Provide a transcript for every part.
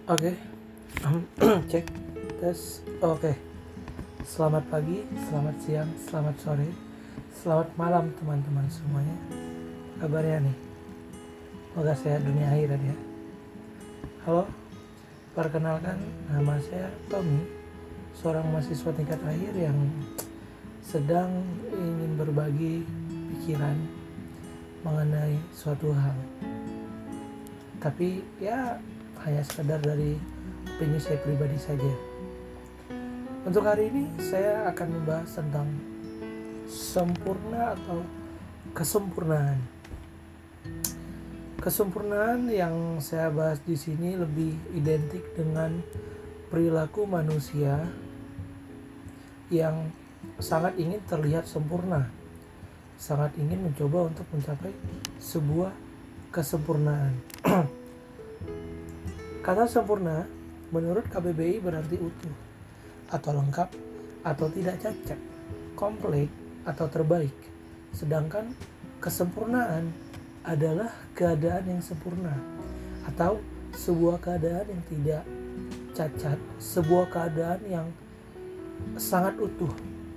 Oke, cek tes. Oke, selamat pagi, selamat siang, selamat sore, selamat malam teman-teman semuanya. Kabarnya nih, semoga sehat dunia akhirat ya. Halo, perkenalkan nama saya Tommy, seorang mahasiswa tingkat akhir yang sedang ingin berbagi pikiran mengenai suatu hal. Tapi ya hanya sekedar dari opini saya pribadi saja. Untuk hari ini saya akan membahas tentang sempurna atau kesempurnaan. Kesempurnaan yang saya bahas di sini lebih identik dengan perilaku manusia yang sangat ingin terlihat sempurna, sangat ingin mencoba untuk mencapai sebuah kesempurnaan. Kata sempurna menurut KBBI berarti utuh, atau lengkap, atau tidak cacat, komplit, atau terbaik. Sedangkan kesempurnaan adalah keadaan yang sempurna, atau sebuah keadaan yang tidak cacat, sebuah keadaan yang sangat utuh.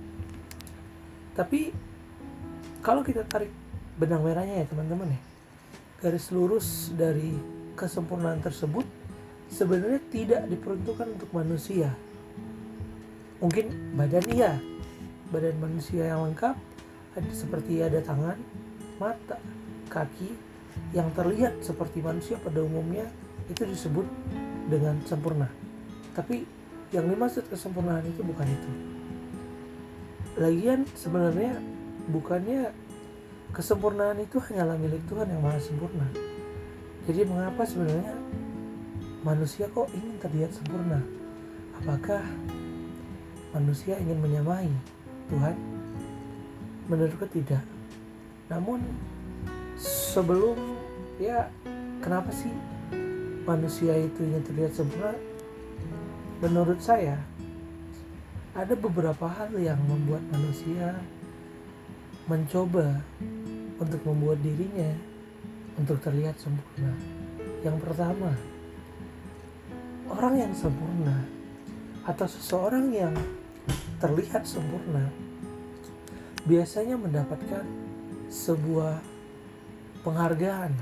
Tapi kalau kita tarik benang merahnya ya teman-teman ya, garis lurus dari kesempurnaan tersebut sebenarnya tidak diperuntukkan untuk manusia. Mungkin badan iya, badan manusia yang lengkap, seperti ada tangan, mata, kaki, yang terlihat seperti manusia pada umumnya, itu disebut dengan sempurna. Tapi yang dimaksud kesempurnaan itu bukan itu. Lagian sebenarnya bukannya kesempurnaan itu hanyalah milik Tuhan yang maha sempurna. Jadi mengapa sebenarnya manusia kok ingin terlihat sempurna? Apakah manusia ingin menyamai Tuhan? Menurutku tidak. Namun sebelum kenapa sih manusia itu ingin terlihat sempurna? Menurut saya ada beberapa hal yang membuat manusia mencoba untuk membuat dirinya untuk terlihat sempurna. Yang pertama, orang yang sempurna atau seseorang yang terlihat sempurna biasanya mendapatkan sebuah penghargaan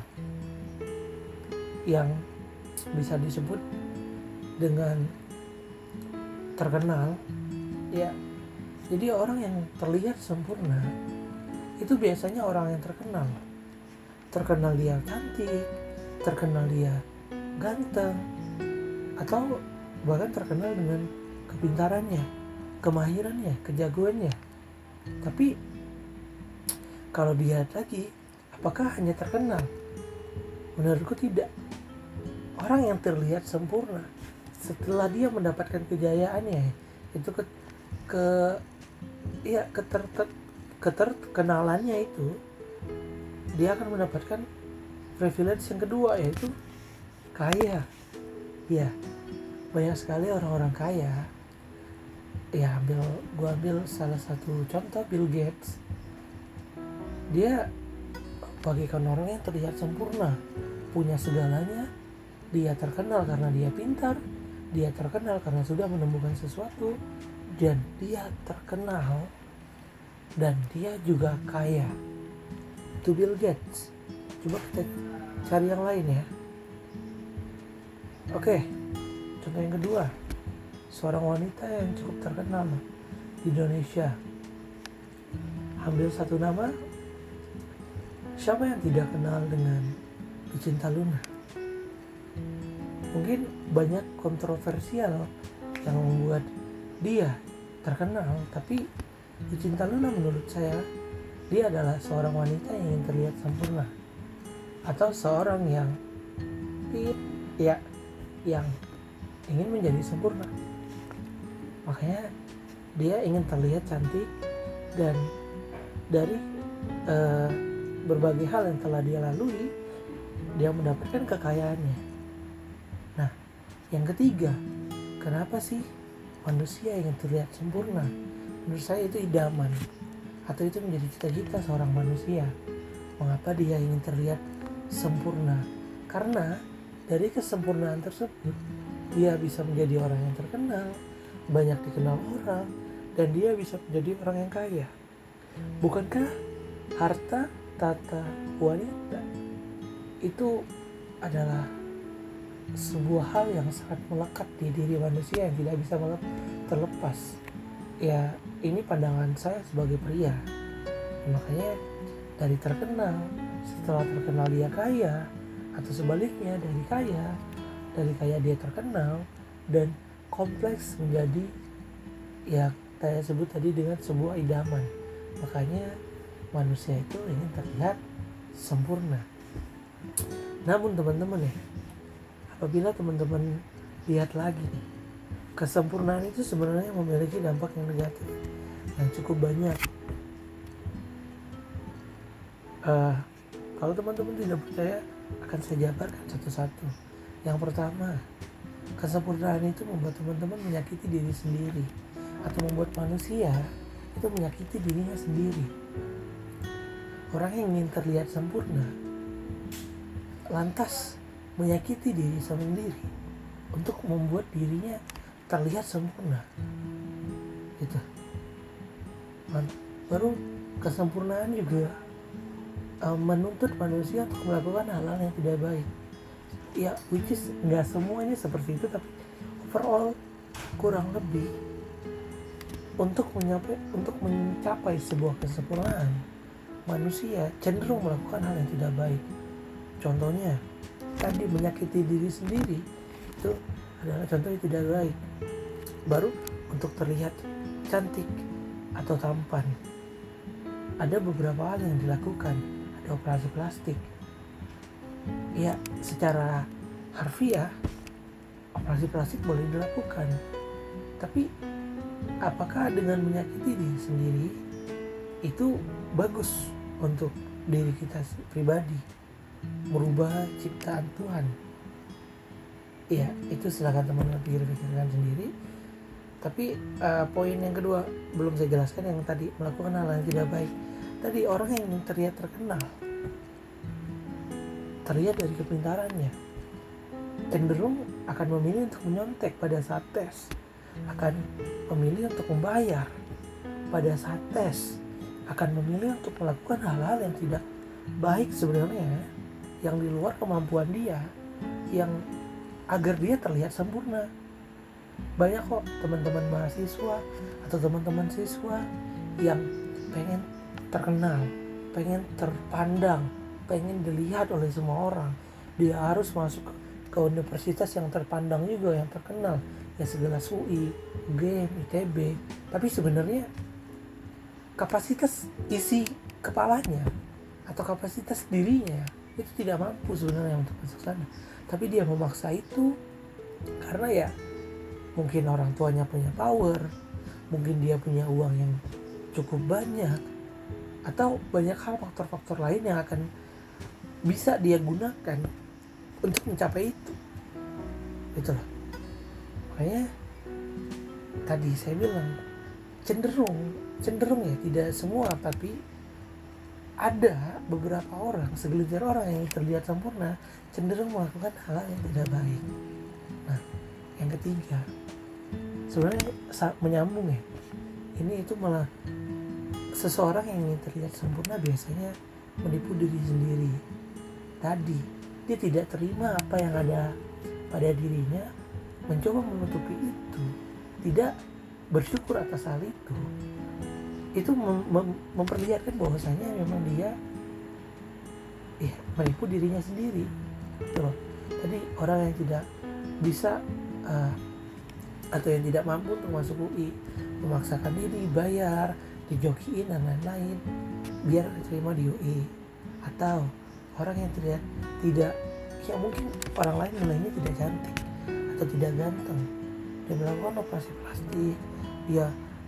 yang bisa disebut dengan terkenal ya. Jadi orang yang terlihat sempurna itu biasanya orang yang terkenal dia cantik, terkenal dia ganteng, atau bahkan terkenal dengan kepintarannya, kemahirannya, kejagoannya. Tapi kalau dilihat lagi, apakah hanya terkenal? Menurutku tidak. Orang yang terlihat sempurna setelah dia mendapatkan kejayaannya itu keterkenalannya itu, dia akan mendapatkan privilege yang kedua, yaitu kaya. Ya, banyak sekali orang-orang kaya. Ya, gua ambil salah satu contoh, Bill Gates. Dia bagaikan orang yang terlihat sempurna, punya segalanya. Dia terkenal karena dia pintar, dia terkenal karena sudah menemukan sesuatu, dan dia terkenal dan dia juga kaya. Itu Bill Gates. Coba kita cari yang lain ya. Oke, contoh yang kedua, seorang wanita yang cukup terkenal di Indonesia. Ambil satu nama, siapa yang tidak kenal dengan Cinta Luna? Mungkin banyak kontroversial yang membuat dia terkenal, tapi Cinta Luna menurut saya dia adalah seorang wanita yang ingin terlihat sempurna, atau seorang yang ingin menjadi sempurna. Makanya dia ingin terlihat cantik, dan dari berbagai hal yang telah dia lalui, dia mendapatkan kekayaannya. Nah, yang ketiga, kenapa sih manusia ingin terlihat sempurna? Menurut saya itu idaman, atau itu menjadi cita-cita seorang manusia. Mengapa dia ingin terlihat sempurna? Karena dari kesempurnaan tersebut dia bisa menjadi orang yang terkenal, banyak dikenal orang, dan dia bisa menjadi orang yang kaya. Bukankah harta, tata, wanita itu adalah sebuah hal yang sangat melekat di diri manusia yang tidak bisa terlepas? Ya, ini pandangan saya sebagai pria. Makanya dari terkenal, setelah terkenal dia kaya, atau sebaliknya dari kaya dia terkenal, dan kompleks menjadi, ya saya sebut tadi, dengan sebuah idaman. Makanya manusia itu ingin terlihat sempurna. Namun teman-teman ya, apabila teman-teman lihat lagi nih, kesempurnaan itu sebenarnya memiliki dampak yang negatif yang cukup banyak. Kalau teman-teman tidak percaya, akan saya jabarkan satu-satu. Yang pertama, kesempurnaan itu membuat teman-teman menyakiti diri sendiri, atau membuat manusia itu menyakiti dirinya sendiri. Orang yang ingin terlihat sempurna lantas menyakiti diri sendiri untuk membuat dirinya terlihat sempurna. Gitu. Baru kesempurnaan juga menuntut manusia untuk melakukan hal-hal yang tidak baik. Ya, which is nggak semuanya seperti itu, tapi overall kurang lebih untuk mencapai sebuah kesempurnaan, manusia cenderung melakukan hal yang tidak baik. Contohnya tadi, menyakiti diri sendiri itu adalah contoh yang tidak baik. Baru untuk terlihat cantik atau tampan, ada beberapa hal yang dilakukan. Ada operasi plastik. Ya, secara harfiah operasi plastik boleh dilakukan, tapi apakah dengan menyakiti diri sendiri itu bagus untuk diri kita pribadi, merubah ciptaan Tuhan? Ya, itu silakan teman-teman pikirkan sendiri. Tapi poin yang kedua belum saya jelaskan, yang tadi melakukan hal yang tidak baik. Tadi, orang yang ingin terlihat terkenal, terlihat dari kepintarannya, cenderung akan memilih untuk menyontek pada saat tes, akan memilih untuk membayar pada saat tes, akan memilih untuk melakukan hal-hal yang tidak baik sebenarnya, yang di luar kemampuan dia, yang agar dia terlihat sempurna. Banyak kok teman-teman mahasiswa atau teman-teman siswa yang pengen terkenal, pengen terpandang, pengen dilihat oleh semua orang. Dia harus masuk ke universitas yang terpandang juga, yang terkenal, ya segelas UI, UGM, ITB. Tapi sebenarnya kapasitas isi kepalanya atau kapasitas dirinya itu tidak mampu sebenarnya untuk masuk sana. Tapi dia memaksa itu karena ya mungkin orang tuanya punya power, mungkin dia punya uang yang cukup banyak, atau banyak hal, faktor-faktor lain yang akan bisa dia gunakan untuk mencapai itu. Itulah. Makanya tadi saya bilang cenderung ya, tidak semua, tapi ada beberapa orang, segelintir orang yang terlihat sempurna, cenderung melakukan hal yang tidak baik. Nah, yang ketiga, sebenarnya menyambung ya. Ini itu malah seseorang yang ingin terlihat sempurna biasanya menipu diri sendiri. Tadi, dia tidak terima apa yang ada pada dirinya, mencoba menutupi itu, tidak bersyukur atas hal itu. Itu memperlihatkan bahwasanya memang dia menipu dirinya sendiri. Tuh. Tadi, orang yang tidak bisa atau yang tidak mampu untuk masuk UI, memaksakan diri bayar, dijokiin dan lain-lain biar diterima di UI. Atau orang yang tidak ya, mungkin orang lain nilainya tidak cantik atau tidak ganteng, dia melakukan operasi plastik, dia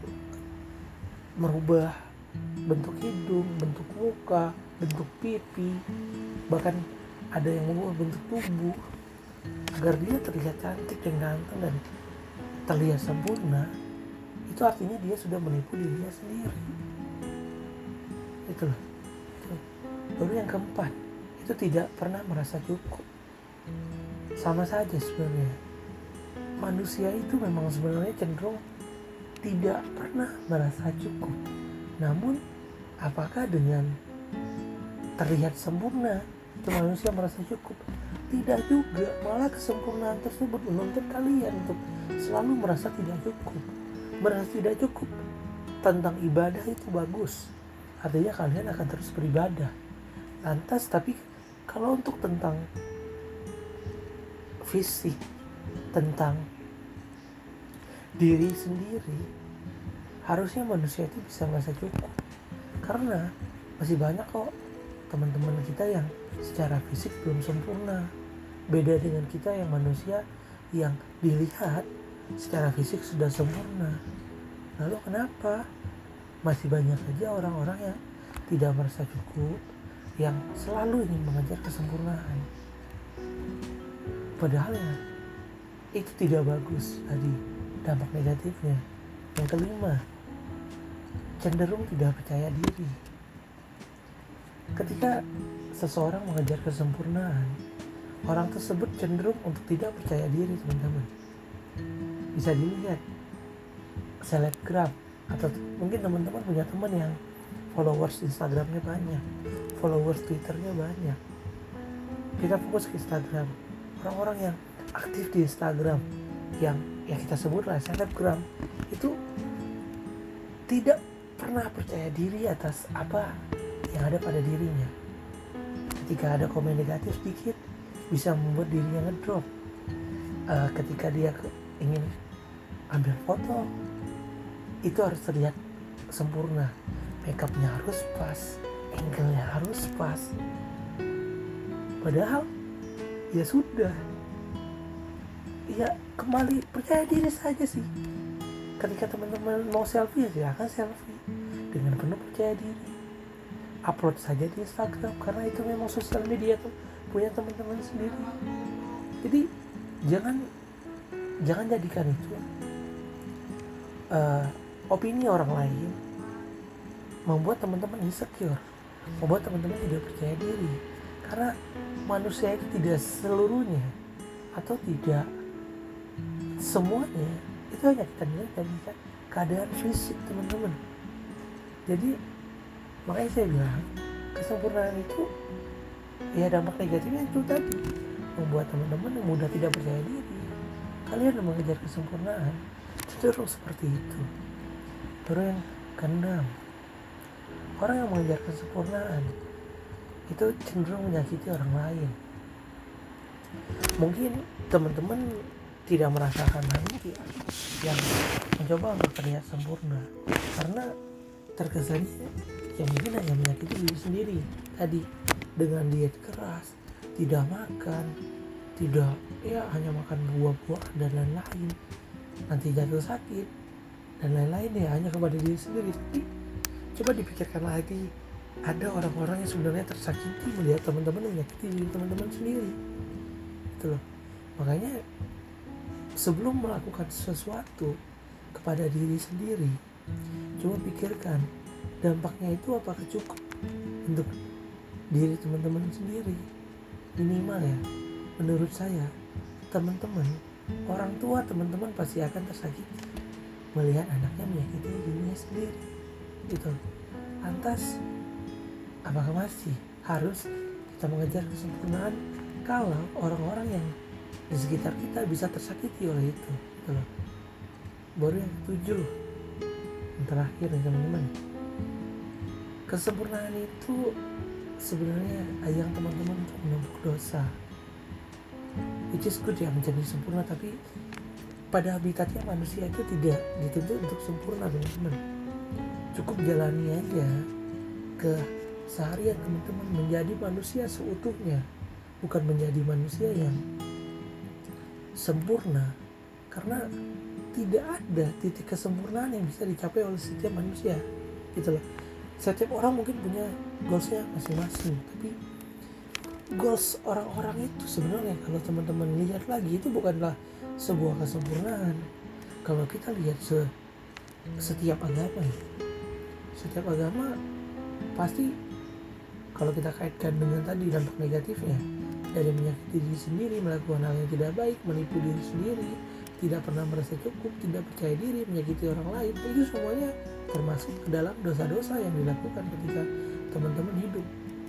merubah bentuk hidung, bentuk muka, bentuk pipi, bahkan ada yang mengubah bentuk tubuh agar dia terlihat cantik dan ganteng dan terlihat sempurna. Itu artinya dia sudah menipu dirinya sendiri. Itulah. Baru yang keempat, itu tidak pernah merasa cukup. Sama saja sebenarnya. manusia itu memang sebenarnya cenderung tidak pernah merasa cukup. Namun apakah dengan terlihat sempurna itu manusia merasa cukup? Tidak juga, malah kesempurnaan tersebut menuntut kalian untuk selalu merasa tidak cukup. Merasa tidak cukup tentang ibadah itu bagus, artinya kalian akan terus beribadah. Lantas tapi kalau untuk tentang fisik, tentang diri sendiri, harusnya manusia itu bisa merasa cukup. Karena masih banyak kok teman-teman kita yang secara fisik belum sempurna. Beda dengan kita yang manusia yang dilihat secara fisik sudah sempurna. Lalu kenapa masih banyak saja orang-orang yang tidak merasa cukup, yang selalu ingin mengejar kesempurnaan? Padahal ya, itu tidak bagus tadi dampak negatifnya. Yang kelima, cenderung tidak percaya diri. Ketika seseorang mengejar kesempurnaan, orang tersebut cenderung untuk tidak percaya diri, teman-teman. Bisa dilihat selebgram, atau mungkin teman-teman punya teman yang followers Instagramnya banyak, followers Twitternya banyak. Kita fokus ke Instagram. Orang-orang yang aktif di Instagram, yang kita sebutlah selebgram, itu tidak pernah percaya diri atas apa yang ada pada dirinya. Ketika ada komen negatif sedikit, bisa membuat dirinya ngedrop. Ketika dia ingin ambil foto, itu harus terlihat sempurna, makeupnya harus pas, angle-nya harus pas. Padahal ya sudah, ya kembali percaya diri saja sih. Ketika teman-teman mau selfie, ya silahkan selfie dengan penuh percaya diri. Upload saja di Instagram, karena itu memang sosial media tuh punya teman-teman sendiri. Jadi jangan jadikan itu opini orang lain membuat teman-teman insecure, membuat teman-teman tidak percaya diri. Karena manusia itu tidak seluruhnya atau tidak semuanya itu hanya kita nilai dari keadaan fisik, teman-teman. Jadi makanya saya bilang kesempurnaan itu ya dampak negatifnya itu tadi, membuat teman-teman yang mudah tidak percaya diri. Kalian yang mengejar kesempurnaan cenderung seperti itu. Terus yang keenam, orang yang mengejar kesempurnaan itu cenderung menyakiti orang lain. Mungkin teman-teman tidak merasakan hal itu yang mencoba untuk terlihat sempurna, karena terkesannya yang mungkin hanya menyakiti diri sendiri tadi, dengan diet keras, tidak makan, tidak hanya makan buah-buahan dan lain-lain, nanti jatuh sakit dan lain-lain, ya hanya kepada diri sendiri. Tapi coba dipikirkan lagi, ada orang-orang yang sebenarnya tersakiti melihat teman-teman menyakiti diri teman-teman sendiri, gitu loh. Makanya sebelum melakukan sesuatu kepada diri sendiri, coba pikirkan dampaknya itu apakah cukup untuk diri teman-teman sendiri. Minimal ya, menurut saya, teman-teman, orang tua teman-teman pasti akan tersakiti melihat anaknya menyakiti dirinya sendiri, gitu. Lantas apakah masih harus kita mengejar kesempurnaan kalau orang-orang yang di sekitar kita bisa tersakiti oleh itu, gitu loh. Baru yang ketujuh, yang terakhir nih teman-teman, kesempurnaan itu sebenarnya ajang teman-teman untuk menumpuk dosa, which is good ya, menjadi sempurna. Tapi pada habitatnya manusia itu tidak dituntut untuk sempurna, teman-teman. Cukup jalani aja ke seharian teman-teman, menjadi manusia seutuhnya, bukan menjadi manusia yang sempurna. Karena tidak ada titik kesempurnaan yang bisa dicapai oleh setiap manusia, gitu loh. Setiap orang mungkin punya goalsnya masing-masing, tapi goals orang-orang itu sebenarnya kalau teman-teman lihat lagi itu bukanlah sebuah kesempurnaan. Kalau kita lihat setiap agama pasti, kalau kita kaitkan dengan tadi dampak negatifnya, dari menyakiti diri sendiri, melakukan hal yang tidak baik, menipu diri sendiri, tidak pernah merasa cukup, tidak percaya diri, menyakiti orang lain, itu semuanya termasuk ke dalam dosa-dosa yang dilakukan ketika teman-teman hidup.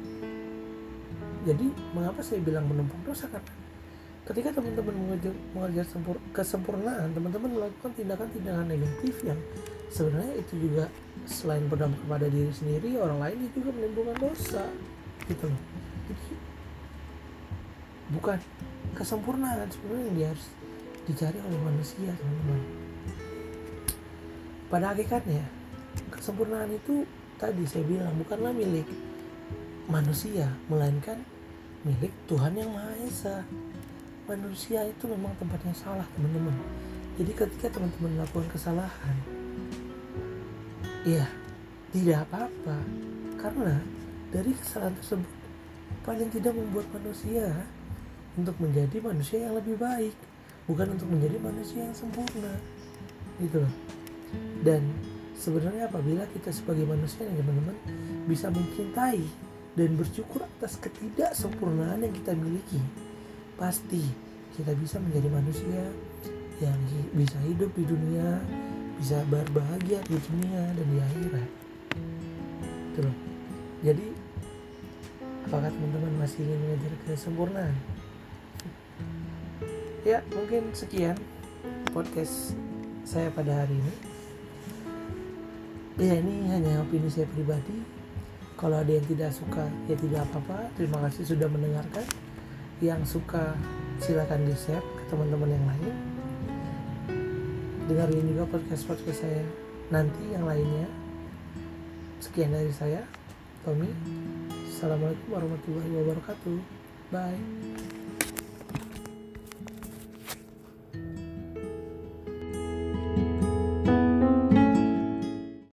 Jadi mengapa saya bilang menumpuk dosa? Karena ketika teman-teman mengejar kesempurnaan, teman-teman melakukan tindakan-tindakan negatif yang sebenarnya itu juga selain berdampak kepada diri sendiri, orang lain juga menimbulkan dosa gitu loh. Jadi bukan kesempurnaan sebenarnya yang harus dicari oleh manusia, teman-teman. Pada hakikatnya kesempurnaan itu tadi saya bilang bukanlah milik manusia, melainkan milik Tuhan yang Maha Esa. Manusia itu memang tempatnya salah, teman-teman. Jadi ketika teman-teman melakukan kesalahan, ya tidak apa-apa, karena dari kesalahan tersebut paling tidak membuat manusia untuk menjadi manusia yang lebih baik, bukan untuk menjadi manusia yang sempurna gitu loh. Dan sebenarnya apabila kita sebagai manusia yang teman-teman bisa mencintai dan bersyukur atas ketidaksempurnaan yang kita miliki, pasti kita bisa menjadi manusia yang bisa hidup di dunia, bisa berbahagia di dunia dan di akhirat gitu loh. Jadi apakah teman-teman masih ingin mengejar kesempurnaan? Ya, mungkin sekian podcast saya pada hari ini. Ya, ini hanya opini saya pribadi. Kalau ada yang tidak suka, ya tidak apa-apa. Terima kasih sudah mendengarkan. Yang suka silakan di-share ke teman-teman yang lain. Dengarin juga podcast saya nanti yang lainnya. Sekian dari saya, Tommy. Assalamualaikum warahmatullahi wabarakatuh. Bye.